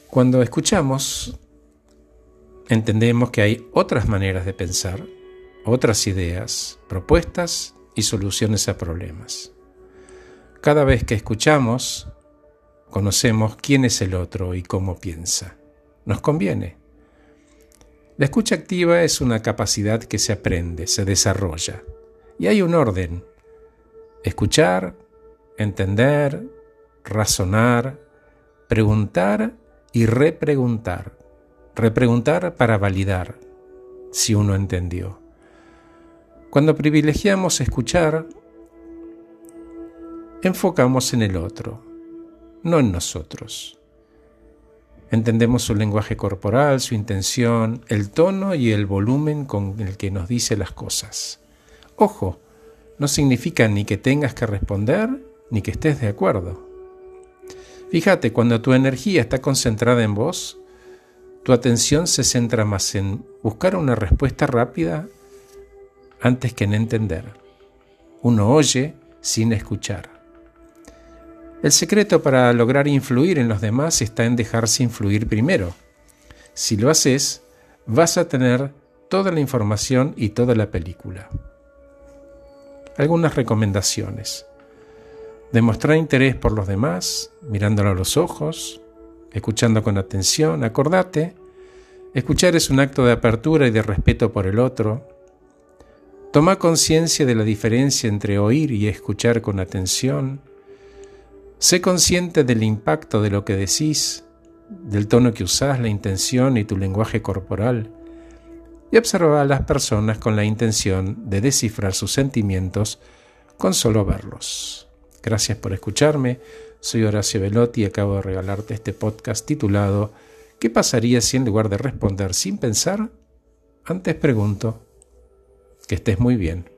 Cuando escuchamos, entendemos que hay otras maneras de pensar, otras ideas, propuestas y soluciones a problemas. Cada vez que escuchamos, conocemos quién es el otro y cómo piensa. Nos conviene. La escucha activa es una capacidad que se aprende, se desarrolla. Y hay un orden. Escuchar, entender, razonar, preguntar y repreguntar. Repreguntar para validar si uno entendió. Cuando privilegiamos escuchar, enfocamos en el otro, no en nosotros. Entendemos su lenguaje corporal, su intención, el tono y el volumen con el que nos dice las cosas. Ojo, no significa ni que tengas que responder ni que estés de acuerdo. Fíjate, cuando tu energía está concentrada en vos, tu atención se centra más en buscar una respuesta rápida antes que en entender. Uno oye sin escuchar. El secreto para lograr influir en los demás está en dejarse influir primero. Si lo haces, vas a tener toda la información y toda la película. Algunas recomendaciones. Demostrar interés por los demás, mirándolo a los ojos, escuchando con atención. Acordate, escuchar es un acto de apertura y de respeto por el otro. Toma conciencia de la diferencia entre oír y escuchar con atención. Sé consciente del impacto de lo que decís, del tono que usás, la intención y tu lenguaje corporal. Y observa a las personas con la intención de descifrar sus sentimientos con solo verlos. Gracias por escucharme. Soy Horacio Velotti y acabo de regalarte este podcast titulado ¿Qué pasaría si en lugar de responder sin pensar, antes pregunto? Que estés muy bien.